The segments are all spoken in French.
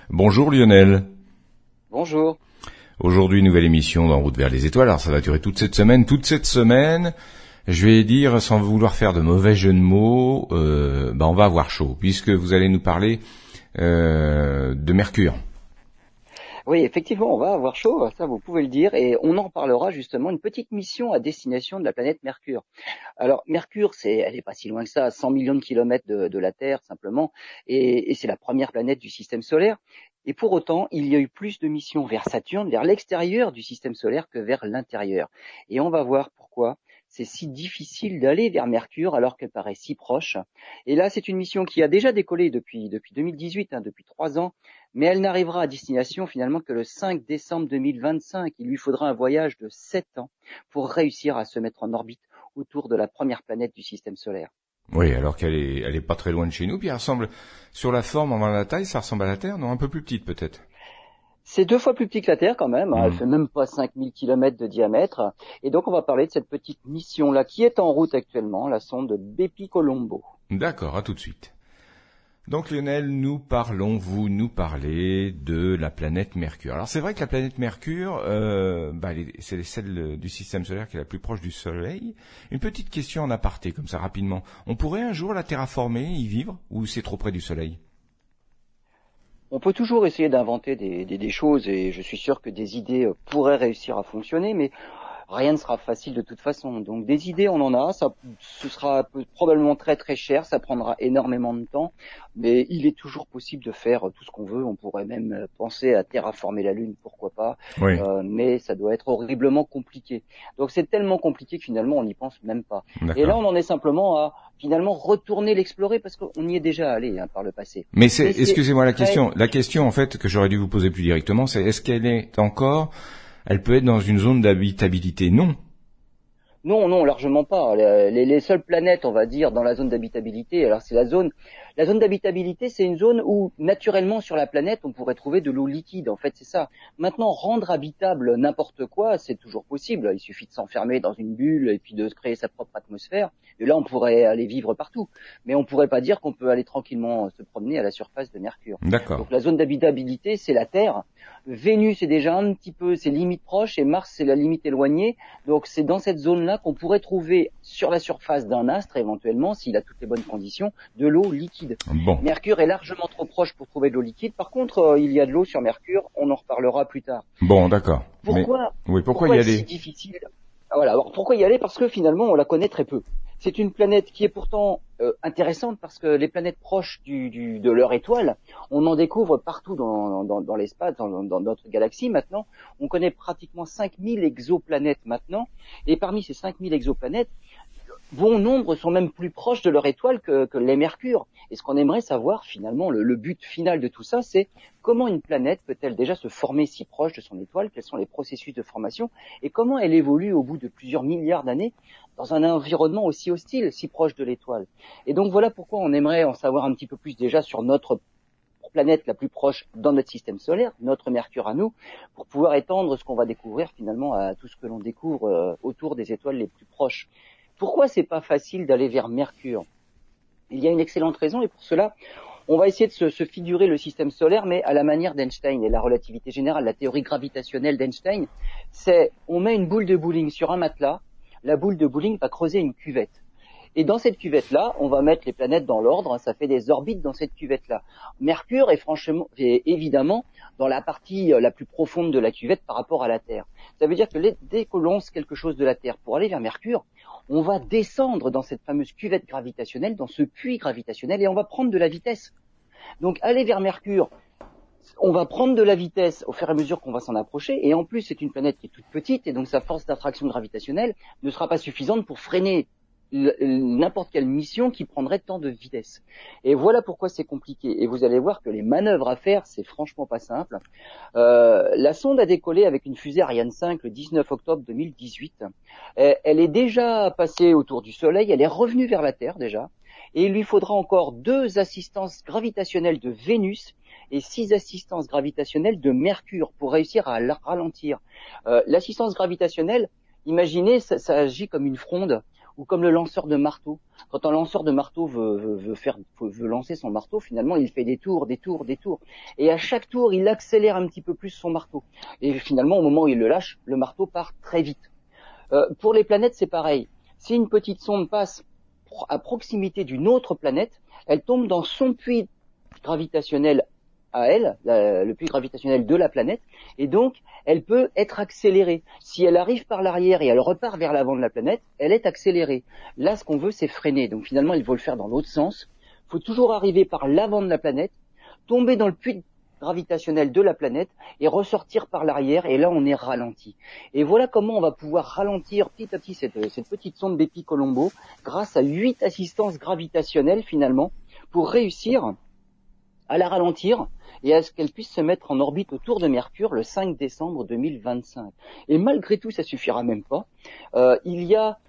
Bonjour Lionel. Bonjour. Aujourd'hui, nouvelle émission d'En route vers les étoiles. Alors ça va durer toute cette semaine, je vais dire, sans vouloir faire de mauvais jeux de mots, on va avoir chaud, puisque vous allez nous parler de Mercure. Oui, effectivement, on va avoir chaud, ça vous pouvez le dire, et on en parlera justement, une petite mission à destination de la planète Mercure. Alors, Mercure, elle est pas si loin que ça, à 100 millions de kilomètres de la Terre, simplement, et c'est la première planète du système solaire. Et pour autant, il y a eu plus de missions vers Saturne, vers l'extérieur du système solaire que vers l'intérieur. Et on va voir pourquoi c'est si difficile d'aller vers Mercure alors qu'elle paraît si proche. Et là, c'est une mission qui a déjà décollé depuis 2018, depuis 3 ans, mais elle n'arrivera à destination finalement que le 5 décembre 2025. Il lui faudra un voyage de 7 ans pour réussir à se mettre en orbite autour de la première planète du système solaire. Oui, alors qu'elle est pas très loin de chez nous, puis elle ressemble, sur la forme, en la taille, ça ressemble à la Terre, non? Un peu plus petite peut-être. C'est 2 fois plus petit que la Terre quand même, elle fait même pas 5000 kilomètres de diamètre, et donc on va parler de cette petite mission-là qui est en route actuellement, la sonde Bepi-Colombo. D'accord, à tout de suite. Donc Lionel, vous nous parlez de la planète Mercure. Alors c'est vrai que la planète Mercure, c'est celle du système solaire qui est la plus proche du Soleil. Une petite question en aparté, comme ça rapidement. On pourrait un jour la terraformer, y vivre, ou c'est trop près du Soleil? On peut toujours essayer d'inventer des choses, et je suis sûr que des idées pourraient réussir à fonctionner, mais rien ne sera facile de toute façon. Donc des idées, on en a, ce sera probablement très très cher, ça prendra énormément de temps, mais il est toujours possible de faire tout ce qu'on veut. On pourrait même penser à terraformer la Lune, pourquoi pas, Oui. Mais ça doit être horriblement compliqué. Donc c'est tellement compliqué que finalement on n'y pense même pas. D'accord. Et là on en est simplement à finalement retourner l'explorer parce qu'on y est déjà allé par le passé. Mais excusez-moi, la question en fait que j'aurais dû vous poser plus directement, c'est est-ce qu'elle est encore, elle peut être dans une zone d'habitabilité? Non. Non, largement pas. Les seules planètes, on va dire, dans la zone d'habitabilité, alors c'est la zone d'habitabilité, c'est une zone où, naturellement, sur la planète, on pourrait trouver de l'eau liquide. En fait, c'est ça. Maintenant, rendre habitable n'importe quoi, c'est toujours possible. Il suffit de s'enfermer dans une bulle et puis de créer sa propre atmosphère. Et là, on pourrait aller vivre partout. Mais on pourrait pas dire qu'on peut aller tranquillement se promener à la surface de Mercure. D'accord. Donc, la zone d'habitabilité, c'est la Terre. Vénus est déjà un petit peu, c'est limite proche, et Mars, c'est la limite éloignée. Donc, c'est dans cette zone-là qu'on pourrait trouver sur la surface d'un astre, éventuellement, s'il a toutes les bonnes conditions, de l'eau liquide. Bon. Mercure est largement trop proche pour trouver de l'eau liquide. Par contre, il y a de l'eau sur Mercure, on en reparlera plus tard. Bon, d'accord. Pourquoi y aller? C'est si difficile? Voilà. Alors, pourquoi y aller? Parce que finalement, on la connaît très peu. C'est une planète qui est pourtant intéressante parce que les planètes proches de leur étoile, on en découvre partout dans l'espace, dans notre galaxie maintenant. On connaît pratiquement 5000 exoplanètes maintenant, et parmi ces 5000 exoplanètes, bon nombre sont même plus proches de leur étoile que les Mercure. Et ce qu'on aimerait savoir finalement, le but final de tout ça, c'est comment une planète peut-elle déjà se former si proche de son étoile, quels sont les processus de formation, et comment elle évolue au bout de plusieurs milliards d'années dans un environnement aussi hostile, si proche de l'étoile. Et donc voilà pourquoi on aimerait en savoir un petit peu plus déjà sur notre planète la plus proche dans notre système solaire, notre Mercure à nous, pour pouvoir étendre ce qu'on va découvrir finalement à tout ce que l'on découvre autour des étoiles les plus proches. Pourquoi c'est pas facile d'aller vers Mercure? Il y a une excellente raison, et pour cela, on va essayer de se figurer le système solaire, mais à la manière d'Einstein et la relativité générale, la théorie gravitationnelle d'Einstein, on met une boule de bowling sur un matelas, la boule de bowling va creuser une cuvette. Et dans cette cuvette-là, on va mettre les planètes dans l'ordre, ça fait des orbites dans cette cuvette-là. Mercure est évidemment dans la partie la plus profonde de la cuvette par rapport à la Terre. Ça veut dire que dès qu'on lance quelque chose de la Terre pour aller vers Mercure, on va descendre dans cette fameuse cuvette gravitationnelle, dans ce puits gravitationnel, et on va prendre de la vitesse. Donc aller vers Mercure, on va prendre de la vitesse au fur et à mesure qu'on va s'en approcher, et en plus c'est une planète qui est toute petite, et donc sa force d'attraction gravitationnelle ne sera pas suffisante pour freiner n'importe quelle mission qui prendrait tant de vitesse. Et voilà pourquoi c'est compliqué. Et vous allez voir que les manœuvres à faire, c'est franchement pas simple. La sonde a décollé avec une fusée Ariane 5 le 19 octobre 2018. Elle est déjà passée autour du Soleil, elle est revenue vers la Terre déjà. Et il lui faudra encore 2 assistances gravitationnelles de Vénus et 6 assistances gravitationnelles de Mercure pour réussir à la ralentir. L'assistance gravitationnelle, imaginez, ça agit comme une fronde ou comme le lanceur de marteau. Quand un lanceur de marteau veut lancer son marteau, finalement, il fait des tours. Et à chaque tour, il accélère un petit peu plus son marteau. Et finalement, au moment où il le lâche, le marteau part très vite. Pour les planètes, c'est pareil. Si une petite sonde passe à proximité d'une autre planète, elle tombe dans son puits gravitationnel à elle, le puits gravitationnel de la planète, et donc elle peut être accélérée. Si elle arrive par l'arrière et elle repart vers l'avant de la planète, elle est accélérée. Là, ce qu'on veut, c'est freiner. Donc finalement, il faut le faire dans l'autre sens. Il faut toujours arriver par l'avant de la planète, tomber dans le puits gravitationnel de la planète et ressortir par l'arrière, et là on est ralenti. Et voilà comment on va pouvoir ralentir petit à petit cette petite sonde Bepi-Colombo grâce à 8 assistances gravitationnelles finalement, pour réussir à la ralentir et à ce qu'elle puisse se mettre en orbite autour de Mercure le 5 décembre 2025. Et malgré tout, ça suffira même pas. Il y a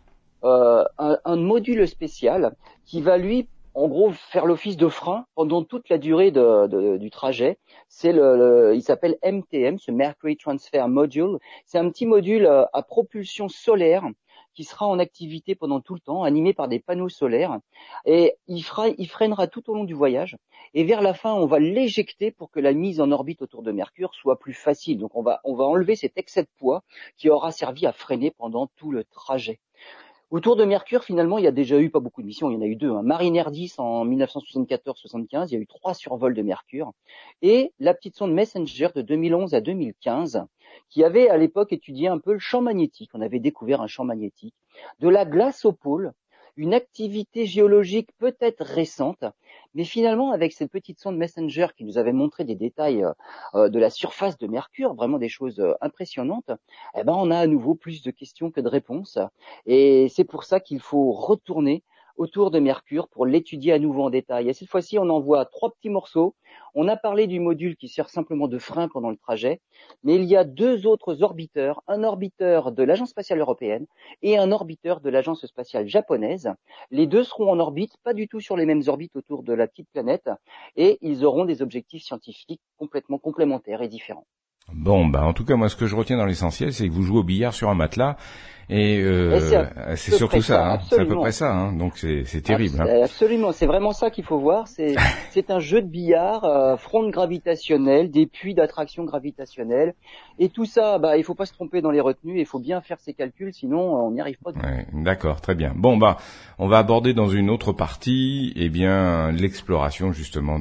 un module spécial qui va lui, en gros, faire l'office de frein pendant toute la durée du trajet. C'est il s'appelle MTM, ce Mercury Transfer Module. C'est un petit module à propulsion solaire qui sera en activité pendant tout le temps, animé par des panneaux solaires, et il freinera tout au long du voyage, et vers la fin, on va l'éjecter pour que la mise en orbite autour de Mercure soit plus facile. Donc on va enlever cet excès de poids qui aura servi à freiner pendant tout le trajet. Autour de Mercure, finalement, il y a déjà eu pas beaucoup de missions, il y en a eu 2. Mariner 10 en 1974-75, il y a eu 3 survols de Mercure, et la petite sonde Messenger de 2011 à 2015, qui avait à l'époque étudié un peu le champ magnétique. On avait découvert un champ magnétique, de la glace au pôle, une activité géologique peut-être récente, mais finalement avec cette petite sonde Messenger qui nous avait montré des détails de la surface de Mercure, vraiment des choses impressionnantes, eh ben on a à nouveau plus de questions que de réponses, et c'est pour ça qu'il faut retourner autour de Mercure pour l'étudier à nouveau en détail. Et cette fois-ci, on envoie 3 petits morceaux. On a parlé du module qui sert simplement de frein pendant le trajet, mais il y a 2 autres orbiteurs, un orbiteur de l'Agence spatiale européenne et un orbiteur de l'Agence spatiale japonaise. Les 2 seront en orbite, pas du tout sur les mêmes orbites autour de la petite planète, et ils auront des objectifs scientifiques complètement complémentaires et différents. Bon, bah en tout cas, moi, ce que je retiens dans l'essentiel, c'est que vous jouez au billard sur un matelas, et c'est surtout ça, hein. C'est à peu près ça, hein. Donc c'est terrible. Absolument, c'est vraiment ça qu'il faut voir. C'est un jeu de billard, fronde gravitationnelle, des puits d'attraction gravitationnelle, et tout ça, bah il faut pas se tromper dans les retenues, il faut bien faire ses calculs, sinon on n'y arrive pas. Ouais, d'accord, très bien. Bon, bah on va aborder dans une autre partie, eh bien l'exploration justement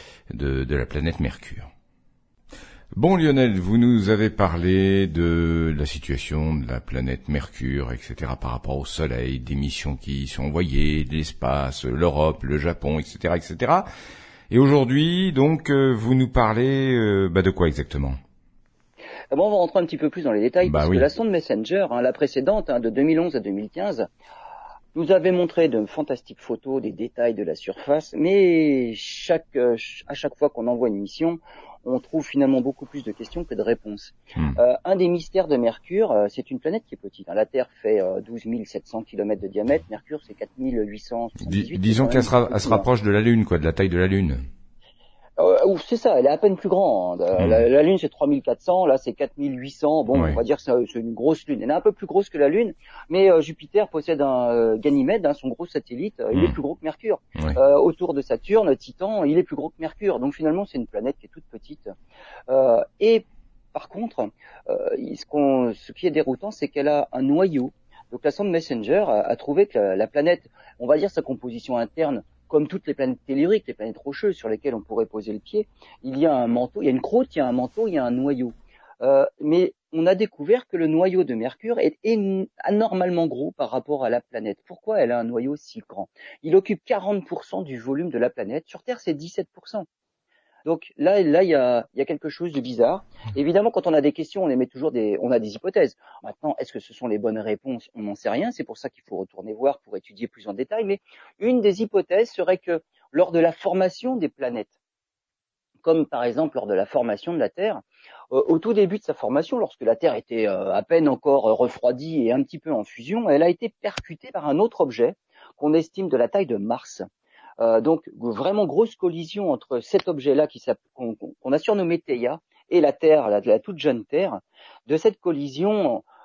de la planète Mercure. Bon Lionel, vous nous avez parlé de la situation de la planète Mercure, etc. par rapport au Soleil, des missions qui y sont envoyées, l'espace, l'Europe, le Japon, etc., etc. Et aujourd'hui, donc, vous nous parlez de quoi exactement ? Bon, on va rentrer un petit peu plus dans les détails, parce que la sonde Messenger, la précédente, de 2011 à 2015, nous avait montré de fantastiques photos, des détails de la surface, mais à chaque fois qu'on envoie une mission, on trouve finalement beaucoup plus de questions que de réponses. Un des mystères de Mercure, c'est une planète qui est petite. La Terre fait 12 700 km de diamètre, Mercure c'est 4 878. Disons qu'elle se rapproche de la Lune, quoi, de la taille de la Lune. C'est ça, elle est à peine plus grande. La Lune c'est 3400, là c'est 4800. Bon, on va dire que c'est une grosse Lune. Elle est un peu plus grosse que la Lune, mais Jupiter possède un Ganymède, son gros satellite, il est plus gros que Mercure. Autour de Saturne, Titan, il est plus gros que Mercure. Donc finalement c'est une planète qui est toute petite. Et par contre, ce qui est déroutant, c'est qu'elle a un noyau. Donc la sonde Messenger a trouvé que la planète, on va dire sa composition interne, comme toutes les planètes telluriques, les planètes rocheuses sur lesquelles on pourrait poser le pied, il y a un manteau, il y a une croûte, il y a un manteau, il y a un noyau. Mais on a découvert que le noyau de Mercure est anormalement gros par rapport à la planète. Pourquoi elle a un noyau si grand ? Il occupe 40% du volume de la planète. Sur Terre, c'est 17%. Donc là, il y a quelque chose de bizarre. Évidemment, quand on a des questions, on a des hypothèses. Maintenant, est-ce que ce sont les bonnes réponses ? On n'en sait rien. C'est pour ça qu'il faut retourner voir pour étudier plus en détail. Mais une des hypothèses serait que lors de la formation des planètes, comme par exemple lors de la formation de la Terre, au tout début de sa formation, lorsque la Terre était à peine encore refroidie et un petit peu en fusion, elle a été percutée par un autre objet qu'on estime de la taille de Mars. Donc vraiment grosse collision entre cet objet-là qu'on a surnommé Theia et la Terre, la toute jeune Terre. De cette collision,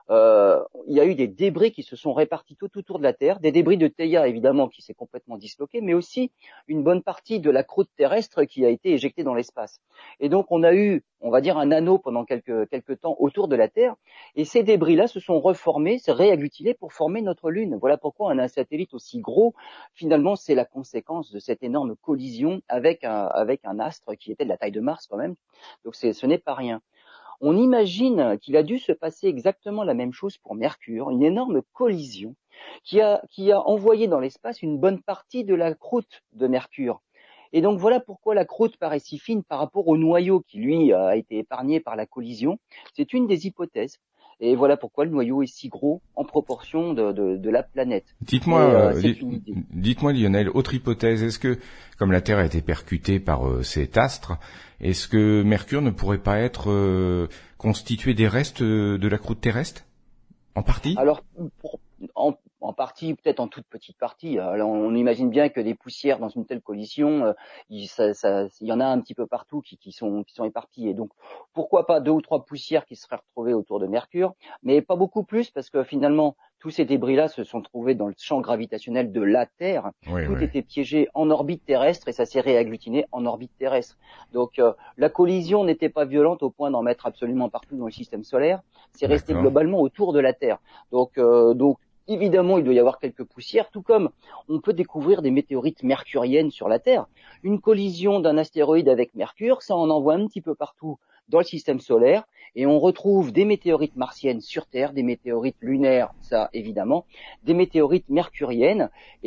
il y a eu des débris qui se sont répartis tout autour de la Terre, des débris de Theia évidemment qui s'est complètement disloqué, mais aussi une bonne partie de la croûte terrestre qui a été éjectée dans l'espace. Et donc on a eu, on va dire, un anneau pendant quelques temps autour de la Terre, et ces débris-là se sont reformés, se réagglutinés pour former notre Lune. Voilà pourquoi un satellite aussi gros, finalement, c'est la conséquence de cette énorme collision avec un astre qui était de la taille de Mars quand même. Donc ce n'est pas rien. On imagine qu'il a dû se passer exactement la même chose pour Mercure, une énorme collision qui a envoyé dans l'espace une bonne partie de la croûte de Mercure. Et donc voilà pourquoi la croûte paraît si fine par rapport au noyau qui, lui, a été épargné par la collision. C'est une des hypothèses. Et voilà pourquoi le noyau est si gros en proportion de la planète. Dites-moi, Lionel, autre hypothèse, est-ce que, comme la Terre a été percutée par cet astre, est-ce que Mercure ne pourrait pas être constitué des restes de la croûte terrestre? En partie? Alors, en partie, peut-être en toute petite partie. Alors, on imagine bien que des poussières dans une telle collision, il y en a un petit peu partout qui sont éparpillées. Donc, pourquoi pas 2 ou 3 poussières qui seraient retrouvées autour de Mercure, mais pas beaucoup plus, parce que finalement, tous ces débris-là se sont trouvés dans le champ gravitationnel de la Terre. Tout était piégé en orbite terrestre et ça s'est réagglutiné en orbite terrestre. Donc, la collision n'était pas violente au point d'en mettre absolument partout dans le système solaire. C'est resté globalement autour de la Terre. Donc, évidemment, il doit y avoir quelques poussières, tout comme on peut découvrir des météorites mercuriennes sur la Terre. Une collision d'un astéroïde avec Mercure, ça en envoie un petit peu partout dans le système solaire, et on retrouve des météorites martiennes sur Terre, des météorites lunaires, ça évidemment, des météorites mercuriennes,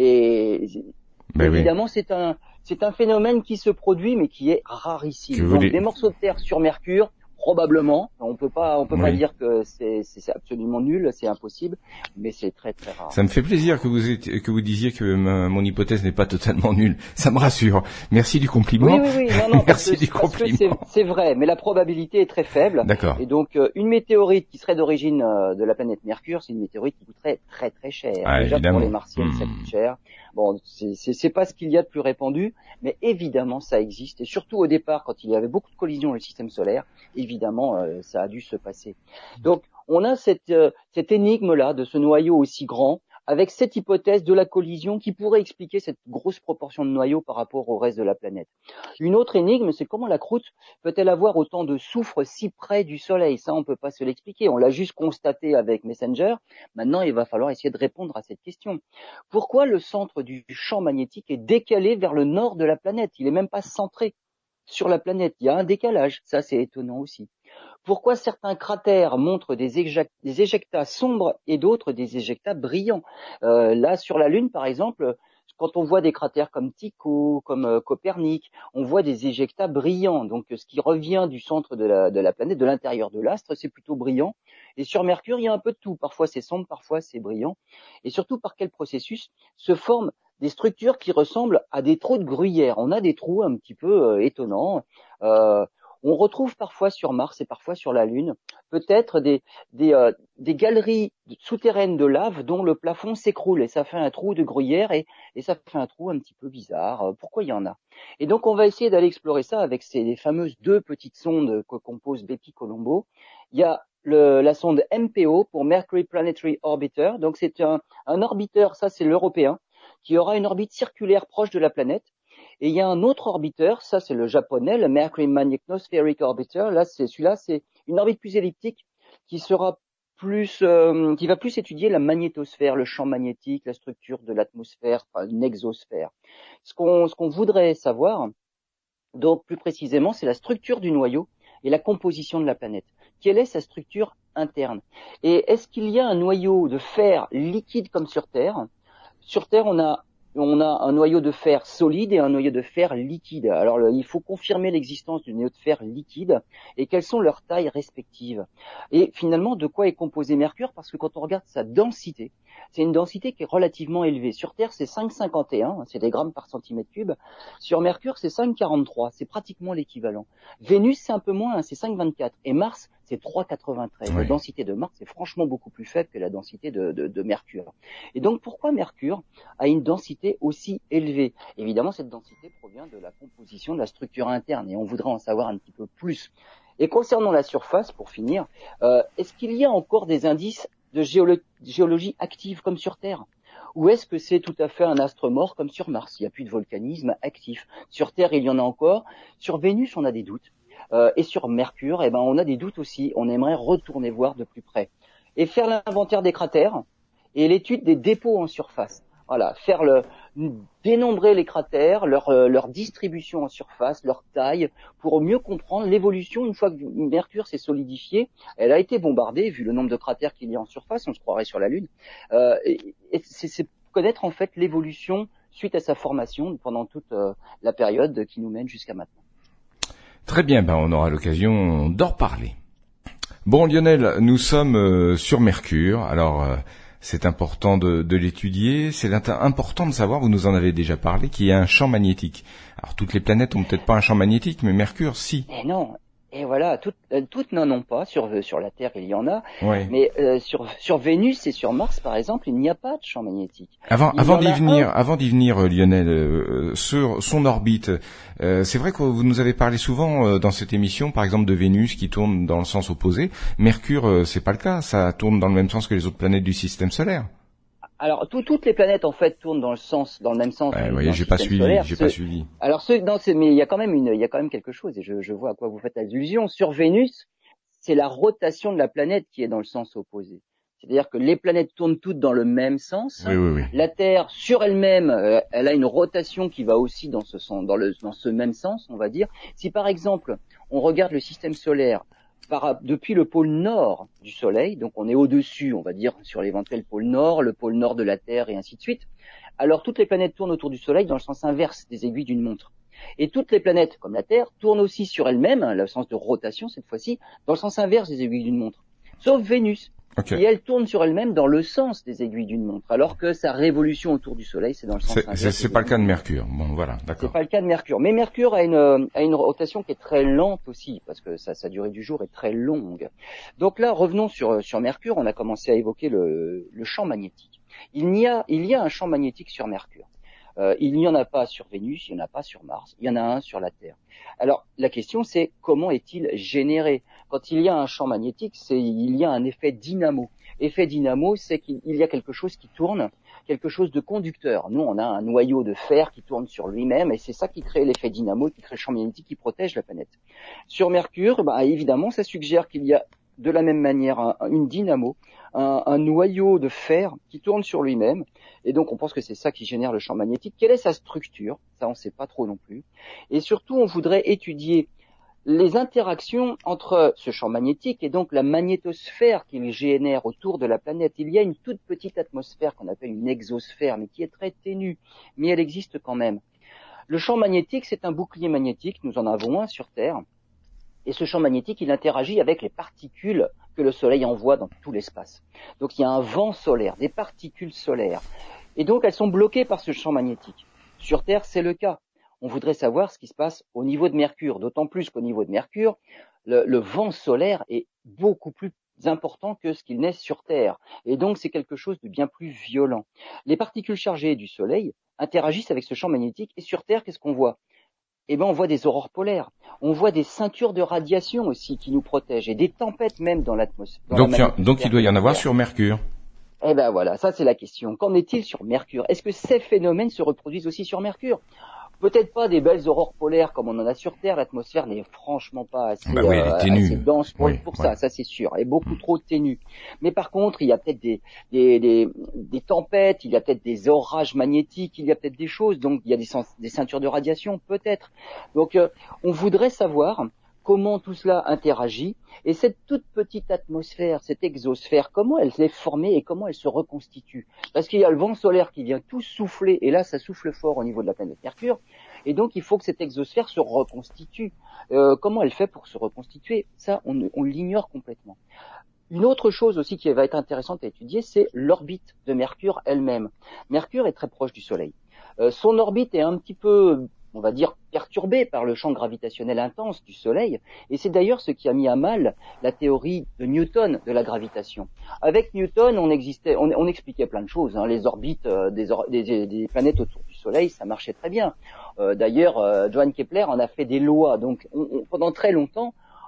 et évidemment c'est un phénomène qui se produit mais qui est rarissime. Donc des morceaux de Terre sur Mercure, probablement, on peut pas dire que c'est absolument nul, c'est impossible, mais c'est très très rare. Ça me fait plaisir que vous disiez que mon hypothèse n'est pas totalement nulle. Ça me rassure. Merci du compliment. Oui, non, merci du compliment. C'est vrai, mais la probabilité est très faible. D'accord. Et donc une météorite qui serait d'origine de la planète Mercure, c'est une météorite qui coûterait très très cher. Déjà évidemment. Pour les Martiennes, ça coûte cher. Bon, c'est pas ce qu'il y a de plus répandu, mais évidemment ça existe. Et surtout au départ, quand il y avait beaucoup de collisions dans le système solaire, évidemment ça a dû se passer. Donc on a cette énigme-là de ce noyau aussi grand, avec cette hypothèse de la collision qui pourrait expliquer cette grosse proportion de noyaux par rapport au reste de la planète. Une autre énigme, c'est comment la croûte peut-elle avoir autant de soufre si près du Soleil? Ça, on peut pas se l'expliquer. On l'a juste constaté avec Messenger. Maintenant, il va falloir essayer de répondre à cette question. Pourquoi le centre du champ magnétique est décalé vers le nord de la planète? Il est même pas centré sur la planète. Il y a un décalage. Ça, c'est étonnant aussi. Pourquoi certains cratères montrent des éjectats sombres et d'autres des éjectats brillants? Là, sur la Lune, par exemple, quand on voit des cratères comme Tycho, comme Copernic, on voit des éjectats brillants. Donc, ce qui revient du centre de la planète, de l'intérieur de l'astre, c'est plutôt brillant. Et sur Mercure, il y a un peu de tout. Parfois, c'est sombre, parfois, c'est brillant. Et surtout, par quel processus se forment des structures qui ressemblent à des trous de gruyère? On a des trous un petit peu étonnants. On retrouve parfois sur Mars et parfois sur la Lune peut-être des galeries souterraines de lave dont le plafond s'écroule et ça fait un trou de gruyère et ça fait un trou un petit peu bizarre. Pourquoi il y en a? Et donc on va essayer d'aller explorer ça avec ces fameuses 2 petites sondes que compose Bepi Colombo. Il y a la sonde MPO pour Mercury Planetary Orbiter. Donc c'est un orbiteur, ça c'est l'européen, qui aura une orbite circulaire proche de la planète. Et il y a un autre orbiteur, ça c'est le japonais, le Mercury Magnenospheric Orbiter. Là, c'est une orbite plus elliptique qui sera qui va plus étudier la magnétosphère, le champ magnétique, la structure de l'atmosphère, enfin une exosphère. Ce qu'on voudrait savoir, donc plus précisément, c'est la structure du noyau et la composition de la planète. Quelle est sa structure interne? Et est-ce qu'il y a un noyau de fer liquide comme sur Terre? Sur Terre, on a un noyau de fer solide et un noyau de fer liquide. Alors, il faut confirmer l'existence du noyau de fer liquide et quelles sont leurs tailles respectives. Et finalement, de quoi est composé Mercure? Parce que quand on regarde sa densité, c'est une densité qui est relativement élevée. Sur Terre, c'est 5,51, c'est des grammes par centimètre cube. Sur Mercure, c'est 5,43, c'est pratiquement l'équivalent. Vénus, c'est un peu moins, c'est 5,24. Et Mars, c'est 3,93. La densité de Mars est franchement beaucoup plus faible que la densité de Mercure. Et donc, pourquoi Mercure a une densité aussi élevée? Évidemment, cette densité provient de la composition de la structure interne et on voudrait en savoir un petit peu plus. Et concernant la surface, pour finir, est-ce qu'il y a encore des indices de géologie active comme sur Terre? Ou est-ce que c'est tout à fait un astre mort comme sur Mars? Il n'y a plus de volcanisme actif. Sur Terre, il y en a encore. Sur Vénus, on a des doutes. Et sur Mercure, on a des doutes aussi. On aimerait retourner voir de plus près. Et faire l'inventaire des cratères et l'étude des dépôts en surface. Voilà, dénombrer les cratères, leur distribution en surface, leur taille, pour mieux comprendre l'évolution. Une fois que Mercure s'est solidifié, elle a été bombardée, vu le nombre de cratères qu'il y a en surface, on se croirait sur la Lune. Et c'est connaître en fait l'évolution suite à sa formation pendant toute la période qui nous mène jusqu'à maintenant. Très bien, on aura l'occasion d'en reparler. Bon, Lionel, nous sommes sur Mercure. Alors, c'est important de l'étudier. C'est important de savoir, vous nous en avez déjà parlé, qu'il y a un champ magnétique. Alors, toutes les planètes ont peut-être pas un champ magnétique, mais Mercure, si. Et non. Et voilà, toutes n'en ont pas. Sur la Terre, il y en a. Ouais. Mais sur Vénus et sur Mars, par exemple, il n'y a pas de champ magnétique. Avant d'y venir, Lionel, sur son orbite, c'est vrai que vous nous avez parlé souvent dans cette émission, par exemple, de Vénus qui tourne dans le sens opposé. Mercure, c'est pas le cas. Ça tourne dans le même sens que les autres planètes du système solaire. Alors toutes les planètes en fait tournent dans le même sens. Vous voyez, j'ai pas suivi. Alors mais il y a quand même quelque chose et je vois à quoi vous faites allusion. Sur Vénus, c'est la rotation de la planète qui est dans le sens opposé. C'est-à-dire que les planètes tournent toutes dans le même sens. Oui. La Terre, sur elle-même, elle a une rotation qui va aussi dans ce même sens, on va dire. Si par exemple, on regarde le système solaire depuis le pôle nord du Soleil, donc on est au-dessus, on va dire, sur l'éventuel pôle nord de la Terre et ainsi de suite, alors toutes les planètes tournent autour du Soleil dans le sens inverse des aiguilles d'une montre. Et toutes les planètes, comme la Terre, tournent aussi sur elles-mêmes, le sens de rotation cette fois-ci, dans le sens inverse des aiguilles d'une montre. Sauf Vénus. Okay. Et elle tourne sur elle-même dans le sens des aiguilles d'une montre, alors que sa révolution autour du Soleil, c'est dans le sens inverse. C'est pas le cas de Mercure. Bon, voilà, d'accord. C'est pas le cas de Mercure. Mais Mercure a une rotation qui est très lente aussi, parce que sa durée du jour est très longue. Donc là, revenons sur Mercure. On a commencé à évoquer le champ magnétique. Il y a un champ magnétique sur Mercure. Il n'y en a pas sur Vénus, il n'y en a pas sur Mars, il y en a un sur la Terre. Alors, la question c'est comment est-il généré? Quand il y a un champ magnétique, il y a un effet dynamo. Effet dynamo, c'est qu'il y a quelque chose qui tourne, quelque chose de conducteur. Nous, on a un noyau de fer qui tourne sur lui-même et c'est ça qui crée l'effet dynamo, qui crée le champ magnétique qui protège la planète. Sur Mercure, évidemment, ça suggère qu'il y a de la même manière une dynamo, un noyau de fer qui tourne sur lui-même. Et donc, on pense que c'est ça qui génère le champ magnétique. Quelle est sa structure? Ça, on ne sait pas trop non plus. Et surtout, on voudrait étudier les interactions entre ce champ magnétique et donc la magnétosphère qu'il génère autour de la planète. Il y a une toute petite atmosphère qu'on appelle une exosphère, mais qui est très ténue, mais elle existe quand même. Le champ magnétique, c'est un bouclier magnétique. Nous en avons un sur Terre. Et ce champ magnétique, il interagit avec les particules que le Soleil envoie dans tout l'espace. Donc il y a un vent solaire, des particules solaires. Et donc elles sont bloquées par ce champ magnétique. Sur Terre, c'est le cas. On voudrait savoir ce qui se passe au niveau de Mercure, d'autant plus qu'au niveau de Mercure, le vent solaire est beaucoup plus important que ce qu'il n'est sur Terre. Et donc c'est quelque chose de bien plus violent. Les particules chargées du Soleil interagissent avec ce champ magnétique. Et sur Terre, qu'est-ce qu'on voit? On voit des aurores polaires, on voit des ceintures de radiation aussi qui nous protègent et des tempêtes même dans l'atmosphère. Donc il doit y en avoir sur Mercure. Voilà, ça c'est la question. Qu'en est-il sur Mercure? Est-ce que ces phénomènes se reproduisent aussi sur Mercure? Peut-être pas des belles aurores polaires comme on en a sur Terre, l'atmosphère n'est franchement pas assez, assez dense pour ça c'est sûr, elle est beaucoup trop ténue. Mais par contre, il y a peut-être des tempêtes, il y a peut-être des orages magnétiques, il y a peut-être des choses, donc il y a des ceintures de radiation, peut-être. Donc on voudrait savoir comment tout cela interagit, et cette toute petite atmosphère, cette exosphère, comment elle s'est formée et comment elle se reconstitue. Parce qu'il y a le vent solaire qui vient tout souffler, et là ça souffle fort au niveau de la planète Mercure, et donc il faut que cette exosphère se reconstitue. Comment elle fait pour se reconstituer? Ça, on l'ignore complètement. Une autre chose aussi qui va être intéressante à étudier, c'est l'orbite de Mercure elle-même. Mercure est très proche du Soleil. Son orbite est un petit peu, on va dire, perturbée par le champ gravitationnel intense du Soleil, et c'est d'ailleurs ce qui a mis à mal la théorie de Newton de la gravitation. Avec Newton, on expliquait plein de choses, les orbites des planètes autour du Soleil, ça marchait très bien. D'ailleurs, Johann Kepler en a fait des lois, donc pendant très longtemps,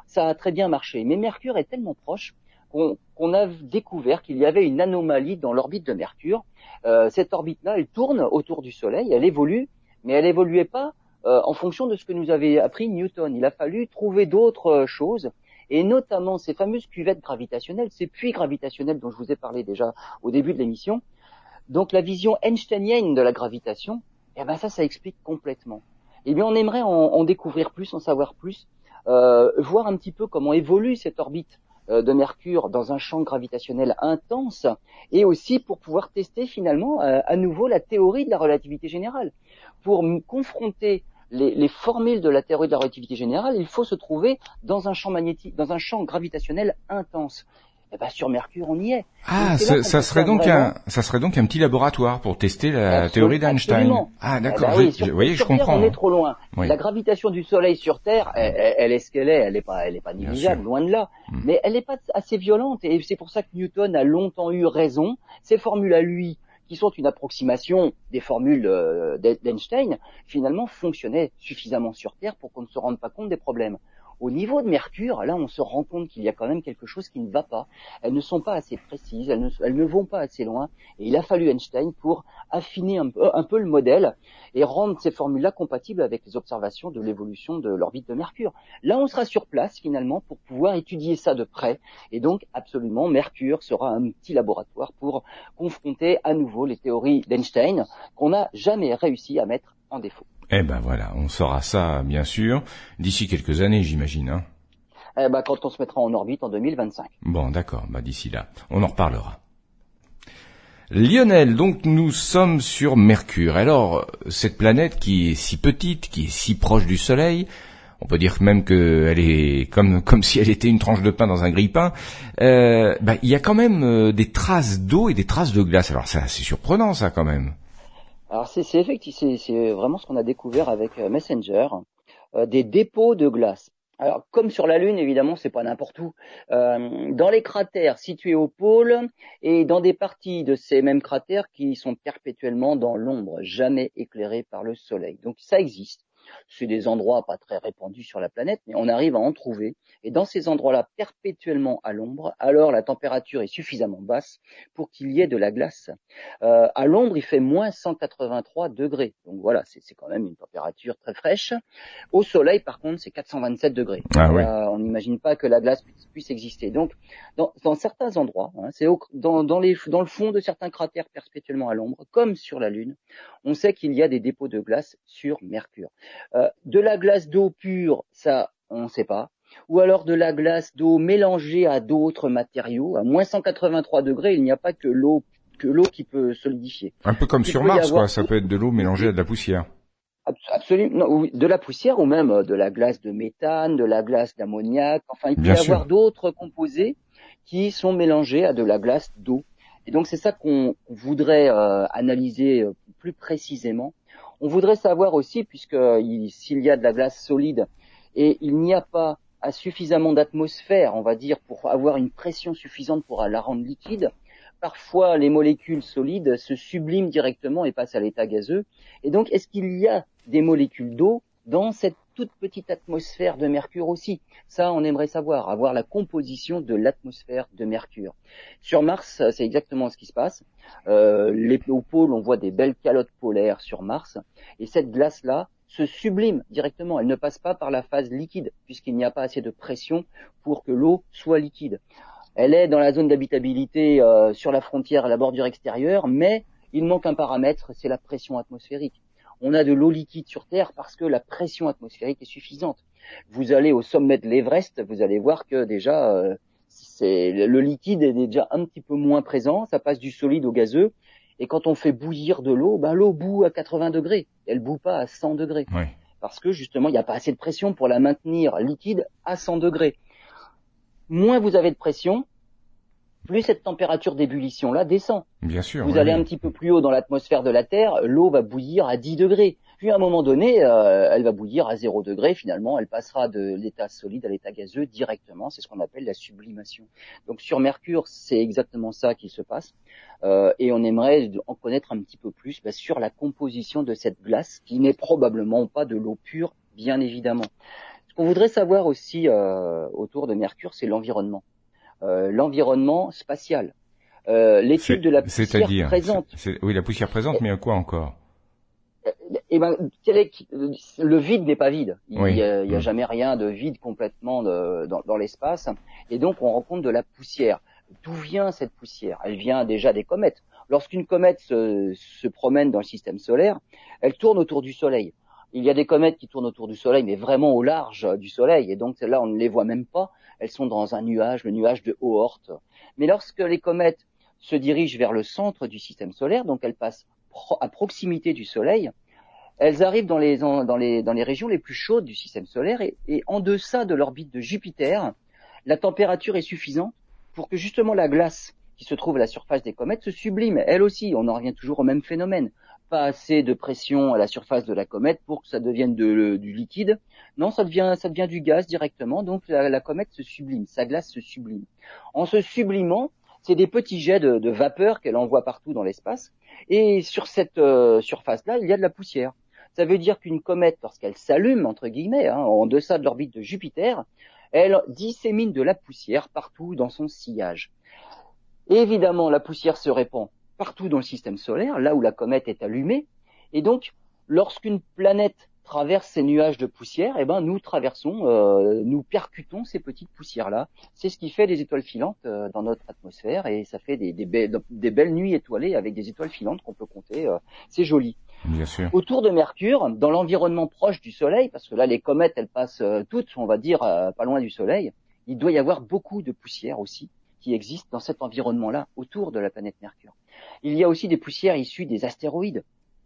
ça a très bien marché. Mais Mercure est tellement proche qu'on a découvert qu'il y avait une anomalie dans l'orbite de Mercure. Cette orbite-là, elle tourne autour du Soleil, elle évolue, mais elle évoluait pas en fonction de ce que nous avait appris Newton. Il a fallu trouver d'autres choses, et notamment ces fameuses cuvettes gravitationnelles, ces puits gravitationnels dont je vous ai parlé déjà au début de l'émission. Donc la vision einsteinienne de la gravitation, eh ben ça explique complètement. Eh bien, on aimerait en découvrir plus, en savoir plus, voir un petit peu comment évolue cette orbite de Mercure dans un champ gravitationnel intense, et aussi pour pouvoir tester finalement à nouveau la théorie de la relativité générale. Pour confronter les formules de la théorie de la relativité générale, il faut se trouver dans un champ magnétique, dans un champ gravitationnel intense. Eh ben, sur Mercure, on y est. Ah, ça serait donc un petit laboratoire pour tester la théorie d'Einstein. Absolument. Ah, d'accord. Oui, vous voyez, je comprends. Terre, on est trop loin. Oui. La gravitation du Soleil sur Terre, elle est ce qu'elle est. Elle est pas négligeable, loin de là. Mais elle n'est pas assez violente. Et c'est pour ça que Newton a longtemps eu raison. Ces formules à lui, qui sont une approximation des formules d'Einstein, finalement fonctionnaient suffisamment sur Terre pour qu'on ne se rende pas compte des problèmes. Au niveau de Mercure, là, on se rend compte qu'il y a quand même quelque chose qui ne va pas. Elles ne sont pas assez précises, elles ne vont pas assez loin. Et il a fallu Einstein pour affiner un peu le modèle et rendre ces formules-là compatibles avec les observations de l'évolution de l'orbite de Mercure. Là, on sera sur place, finalement, pour pouvoir étudier ça de près. Et donc, absolument, Mercure sera un petit laboratoire pour confronter à nouveau les théories d'Einstein qu'on n'a jamais réussi à mettre en défaut. Eh ben voilà, on saura ça, bien sûr, d'ici quelques années, j'imagine, hein. Eh ben, quand on se mettra en orbite en 2025. Bon, d'accord, d'ici là, on en reparlera. Lionel, donc nous sommes sur Mercure. Alors, cette planète qui est si petite, qui est si proche du Soleil, on peut dire même qu'elle est comme si elle était une tranche de pain dans un grille-pain, il y a quand même des traces d'eau et des traces de glace. Alors ça, c'est surprenant, ça, quand même. Alors c'est vraiment ce qu'on a découvert avec Messenger, des dépôts de glace. Alors comme sur la Lune, évidemment, c'est pas n'importe où. Dans les cratères situés au pôle et dans des parties de ces mêmes cratères qui sont perpétuellement dans l'ombre, jamais éclairés par le Soleil. Donc ça existe. C'est des endroits pas très répandus sur la planète, mais on arrive à en trouver. Et dans ces endroits-là, perpétuellement à l'ombre, alors la température est suffisamment basse pour qu'il y ait de la glace. À l'ombre, il fait moins 183 degrés. Donc voilà, c'est quand même une température très fraîche. Au Soleil, par contre, c'est 427 degrés. Ah oui. On n'imagine pas que la glace puisse exister. Donc, dans certains endroits, c'est dans le fond de certains cratères perpétuellement à l'ombre, comme sur la Lune, on sait qu'il y a des dépôts de glace sur Mercure. De la glace d'eau pure, ça, on ne sait pas. Ou alors de la glace d'eau mélangée à d'autres matériaux. À moins 183 degrés, il n'y a pas que l'eau qui peut solidifier. Un peu comme sur Mars, quoi. Ça peut être de l'eau mélangée à de la poussière. Absolument, non, oui, de la poussière ou même de la glace de méthane, de la glace d'ammoniac. Enfin, il peut y avoir d'autres composés qui sont mélangés à de la glace d'eau. Et donc, c'est ça qu'on voudrait analyser plus précisément. On voudrait savoir aussi, puisque s'il y a de la glace solide et il n'y a pas suffisamment d'atmosphère, on va dire, pour avoir une pression suffisante pour la rendre liquide, parfois les molécules solides se subliment directement et passent à l'état gazeux. Et donc, est-ce qu'il y a des molécules d'eau dans cette toute petite atmosphère de Mercure aussi? Ça, on aimerait savoir, avoir la composition de l'atmosphère de Mercure. Sur Mars, c'est exactement ce qui se passe. Au pôle, on voit des belles calottes polaires sur Mars, et cette glace-là se sublime directement. Elle ne passe pas par la phase liquide, puisqu'il n'y a pas assez de pression pour que l'eau soit liquide. Elle est dans la zone d'habitabilité sur la frontière à la bordure extérieure, mais il manque un paramètre, c'est la pression atmosphérique. On a de l'eau liquide sur Terre parce que la pression atmosphérique est suffisante. Vous allez au sommet de l'Everest, vous allez voir que déjà le liquide est déjà un petit peu moins présent, ça passe du solide au gazeux. Et quand on fait bouillir de l'eau, l'eau bout à 80 degrés, elle bout pas à 100 degrés. Oui. Parce que justement, il n'y a pas assez de pression pour la maintenir liquide à 100 degrés. Moins vous avez de pression, plus cette température d'ébullition-là descend. Bien sûr. Vous allez un petit peu plus haut dans l'atmosphère de la Terre, l'eau va bouillir à 10 degrés. Puis à un moment donné, elle va bouillir à 0 degré. Finalement, elle passera de l'état solide à l'état gazeux directement. C'est ce qu'on appelle la sublimation. Donc sur Mercure, c'est exactement ça qui se passe. Et on aimerait en connaître un petit peu plus sur la composition de cette glace, qui n'est probablement pas de l'eau pure, bien évidemment. qu'on voudrait savoir aussi autour de Mercure, c'est l'environnement. L'environnement spatial. L'étude de la poussière présente. Oui, la poussière présente, mais à quoi encore? Eh ben, le vide n'est pas vide. Il y a jamais rien de vide complètement dans l'espace. Et donc, on rencontre de la poussière. D'où vient cette poussière? Elle vient déjà des comètes. Lorsqu'une comète se promène dans le système solaire, elle tourne autour du Soleil. Il y a des comètes qui tournent autour du Soleil, mais vraiment au large du Soleil. Et donc, là, on ne les voit même pas. Elles sont dans un nuage, le nuage de Oort. Mais lorsque les comètes se dirigent vers le centre du système solaire, donc elles passent à proximité du Soleil, elles arrivent dans les régions les plus chaudes du système solaire et en deçà de l'orbite de Jupiter, la température est suffisante pour que justement la glace qui se trouve à la surface des comètes se sublime. Elle aussi, on en revient toujours au même phénomène. Pas assez de pression à la surface de la comète pour que ça devienne du liquide. Non, ça devient du gaz directement, donc la comète se sublime, sa glace se sublime. En se sublimant, c'est des petits jets de vapeur qu'elle envoie partout dans l'espace, et sur cette surface-là, il y a de la poussière. Ça veut dire qu'une comète, lorsqu'elle s'allume, entre guillemets, en deçà de l'orbite de Jupiter, elle dissémine de la poussière partout dans son sillage. Et évidemment, la poussière se répand partout dans le système solaire, là où la comète est allumée. Et donc, lorsqu'une planète traverse ces nuages de poussière, eh ben, nous traversons, nous percutons ces petites poussières-là. C'est ce qui fait des étoiles filantes dans notre atmosphère, et ça fait des belles nuits étoilées avec des étoiles filantes qu'on peut compter. C'est joli. Bien sûr. Autour de Mercure, dans l'environnement proche du Soleil, parce que là, les comètes, elles passent toutes, on va dire, pas loin du Soleil, il doit y avoir beaucoup de poussière aussi qui existent dans cet environnement-là, autour de la planète Mercure. Il y a aussi des poussières issues des astéroïdes.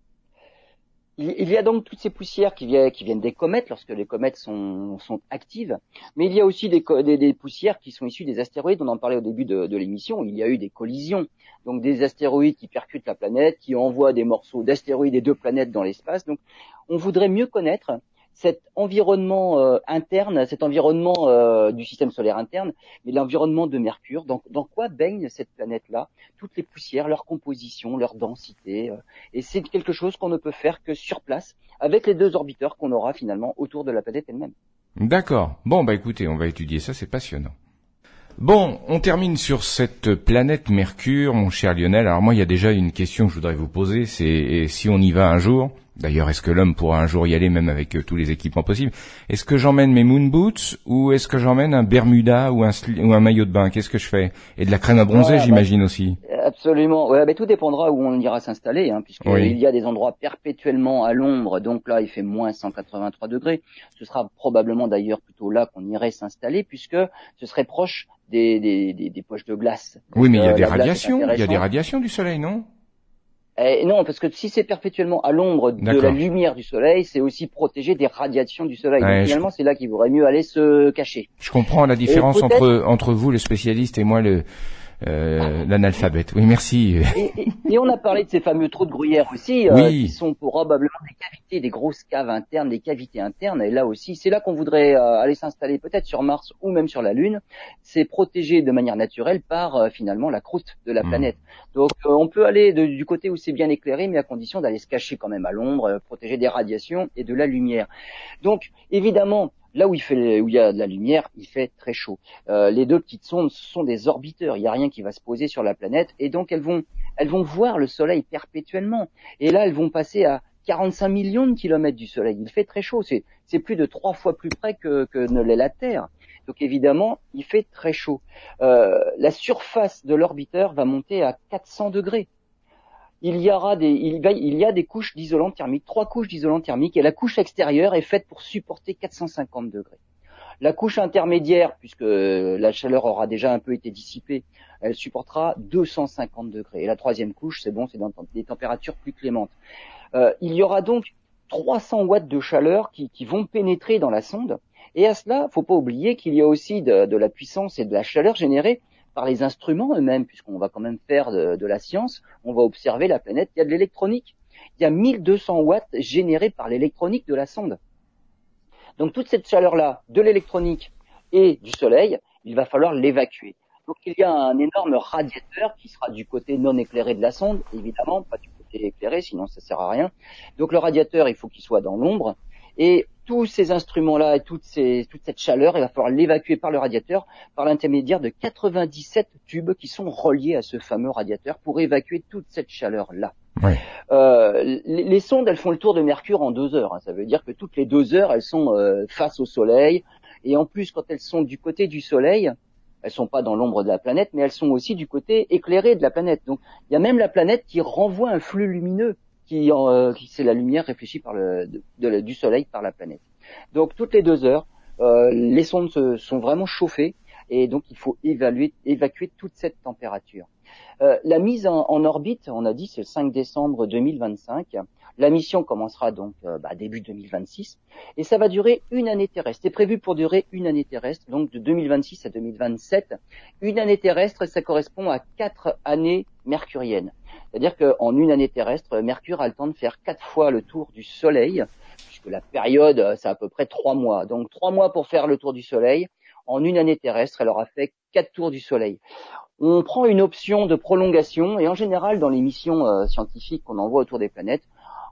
Il y a donc toutes ces poussières qui viennent des comètes lorsque les comètes sont actives, mais il y a aussi des poussières qui sont issues des astéroïdes. On en parlait au début de l'émission. Il y a eu des collisions, donc des astéroïdes qui percutent la planète, qui envoient des morceaux d'astéroïdes et de planètes dans l'espace. Donc, on voudrait mieux connaître cet environnement interne, cet environnement du système solaire interne, mais l'environnement de Mercure. Dans quoi baigne cette planète-là? Toutes les poussières, leur composition, leur densité. Et c'est quelque chose qu'on ne peut faire que sur place, avec les deux orbiteurs qu'on aura finalement autour de la planète elle-même. D'accord. Bon, bah écoutez, on va étudier ça, c'est passionnant. Bon, on termine sur cette planète Mercure, mon cher Lionel. Alors moi, il y a déjà une question que je voudrais vous poser, c'est si on y va un jour, d'ailleurs, est-ce que l'homme pourra un jour y aller, même avec tous les équipements possibles? Est-ce que j'emmène mes moon boots, ou est-ce que j'emmène un Bermuda ou un maillot de bain? Qu'est-ce que je fais? Et de la crème à bronzer, j'imagine aussi. Absolument. Ouais, mais tout dépendra où on ira s'installer, puisqu'il y a des endroits perpétuellement à l'ombre. Donc là, il fait moins 183 degrés. Ce sera probablement d'ailleurs plutôt là qu'on irait s'installer, puisque ce serait proche des poches de glace. Oui, mais il y a des radiations. Il y a des radiations du soleil, non? Non, parce que si c'est perpétuellement à l'ombre de la lumière du soleil, c'est aussi protégé des radiations du soleil. Donc, finalement, c'est là qu'il vaudrait mieux aller se cacher. Je comprends la différence entre vous, le spécialiste, et moi, l'analphabète. Oui, merci. Et on a parlé de ces fameux trous de gruyère aussi, qui sont probablement des cavités, des grosses caves internes, des cavités internes. Et là aussi, c'est là qu'on voudrait aller s'installer, peut-être sur Mars ou même sur la Lune. C'est protégé de manière naturelle par finalement la croûte de la planète. Donc on peut aller du côté où c'est bien éclairé, mais à condition d'aller se cacher quand même à l'ombre, protéger des radiations et de la lumière. Donc évidemment, là où il y a de la lumière, il fait très chaud. Les deux petites sondes sont des orbiteurs. Il n'y a rien qui va se poser sur la planète, et donc elles vont voir le Soleil perpétuellement. Et là, elles vont passer à 45 millions de kilomètres du Soleil. Il fait très chaud. C'est plus de 3 fois plus près que ne l'est la Terre. Donc évidemment, il fait très chaud. La surface de l'orbiteur va monter à 400 degrés. Il y a des couches d'isolant thermique, 3 couches d'isolant thermique, et la couche extérieure est faite pour supporter 450 degrés. La couche intermédiaire, puisque la chaleur aura déjà un peu été dissipée, elle supportera 250 degrés. Et la troisième couche, c'est bon, c'est dans des températures plus clémentes. Il y aura donc 300 watts de chaleur qui vont pénétrer dans la sonde. Et à cela, faut pas oublier qu'il y a aussi de la puissance et de la chaleur générée par les instruments eux-mêmes, puisqu'on va quand même faire de la science. On va observer la planète. Il y a de l'électronique. Il y a 1200 watts générés par l'électronique de la sonde. Donc toute cette chaleur-là, de l'électronique et du soleil, il va falloir l'évacuer. Donc il y a un énorme radiateur qui sera du côté non éclairé de la sonde, évidemment, pas du côté éclairé, sinon ça sert à rien. Donc le radiateur, il faut qu'il soit dans l'ombre. Et tous ces instruments-là et toute cette chaleur, il va falloir l'évacuer par le radiateur par l'intermédiaire de 97 tubes qui sont reliés à ce fameux radiateur pour évacuer toute cette chaleur-là. Ouais. Les sondes, elles font le tour de Mercure en 2 heures. Ça veut dire que toutes les 2 heures, elles sont face au Soleil. Et en plus, quand elles sont du côté du Soleil, elles sont pas dans l'ombre de la planète, mais elles sont aussi du côté éclairé de la planète. Donc, il y a même la planète qui renvoie un flux lumineux, qui c'est la lumière réfléchie par du Soleil par la planète. Donc, toutes les 2 heures, les sondes sont vraiment chauffées, et donc il faut évacuer toute cette température. La mise en orbite, on a dit, c'est le 5 décembre 2025. La mission commencera donc début 2026 et ça va durer 1 année terrestre. C'est prévu pour durer 1 année terrestre, donc de 2026 à 2027. 1 année terrestre, ça correspond à 4 années mercuriennes. C'est-à-dire qu'en 1 année terrestre, Mercure a le temps de faire 4 fois le tour du Soleil, puisque la période, c'est à peu près 3 mois. Donc 3 mois pour faire le tour du Soleil. En 1 année terrestre, elle aura fait 4 tours du Soleil. On prend une option de prolongation et en général, dans les missions scientifiques qu'on envoie autour des planètes,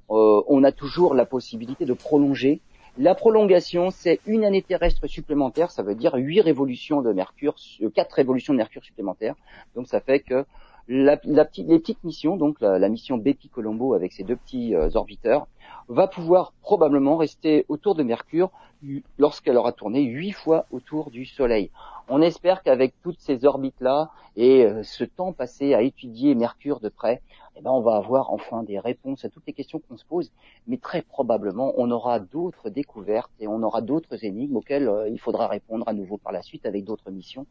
on a toujours la possibilité de prolonger. La prolongation, c'est 1 année terrestre supplémentaire, ça veut dire 8 révolutions de Mercure, 4 révolutions de Mercure supplémentaires. Donc ça fait que les petites missions, donc la mission Bepi-Colombo avec ses 2 petits orbiteurs, va pouvoir probablement rester autour de Mercure lorsqu'elle aura tourné 8 fois autour du Soleil. On espère qu'avec toutes ces orbites-là et ce temps passé à étudier Mercure de près, on va avoir enfin des réponses à toutes les questions qu'on se pose, mais très probablement on aura d'autres découvertes et on aura d'autres énigmes auxquelles il faudra répondre à nouveau par la suite avec d'autres missions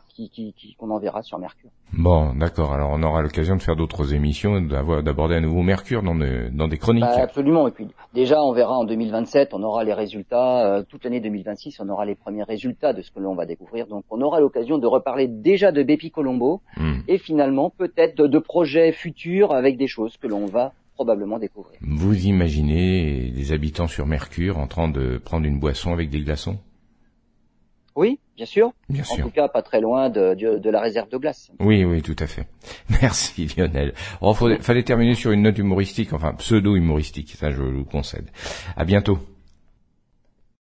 qu'on enverra sur Mercure. Bon, d'accord. Alors, on aura l'occasion de faire d'autres émissions, d'aborder à nouveau Mercure dans des chroniques. Absolument. Et puis, déjà, on verra en 2027, on aura les résultats. Toute l'année 2026, on aura les premiers résultats de ce que l'on va découvrir. Donc, on aura l'occasion de reparler déjà de Bepi-Colombo et finalement, peut-être de projets futurs avec des choses que l'on va probablement découvrir. Vous imaginez des habitants sur Mercure en train de prendre une boisson avec des glaçons? Oui, bien sûr. Bien sûr. En tout cas, pas très loin de la réserve de glace. Oui, tout à fait. Merci Lionel. Fallait terminer sur une note humoristique, enfin pseudo-humoristique, ça je vous concède. À bientôt.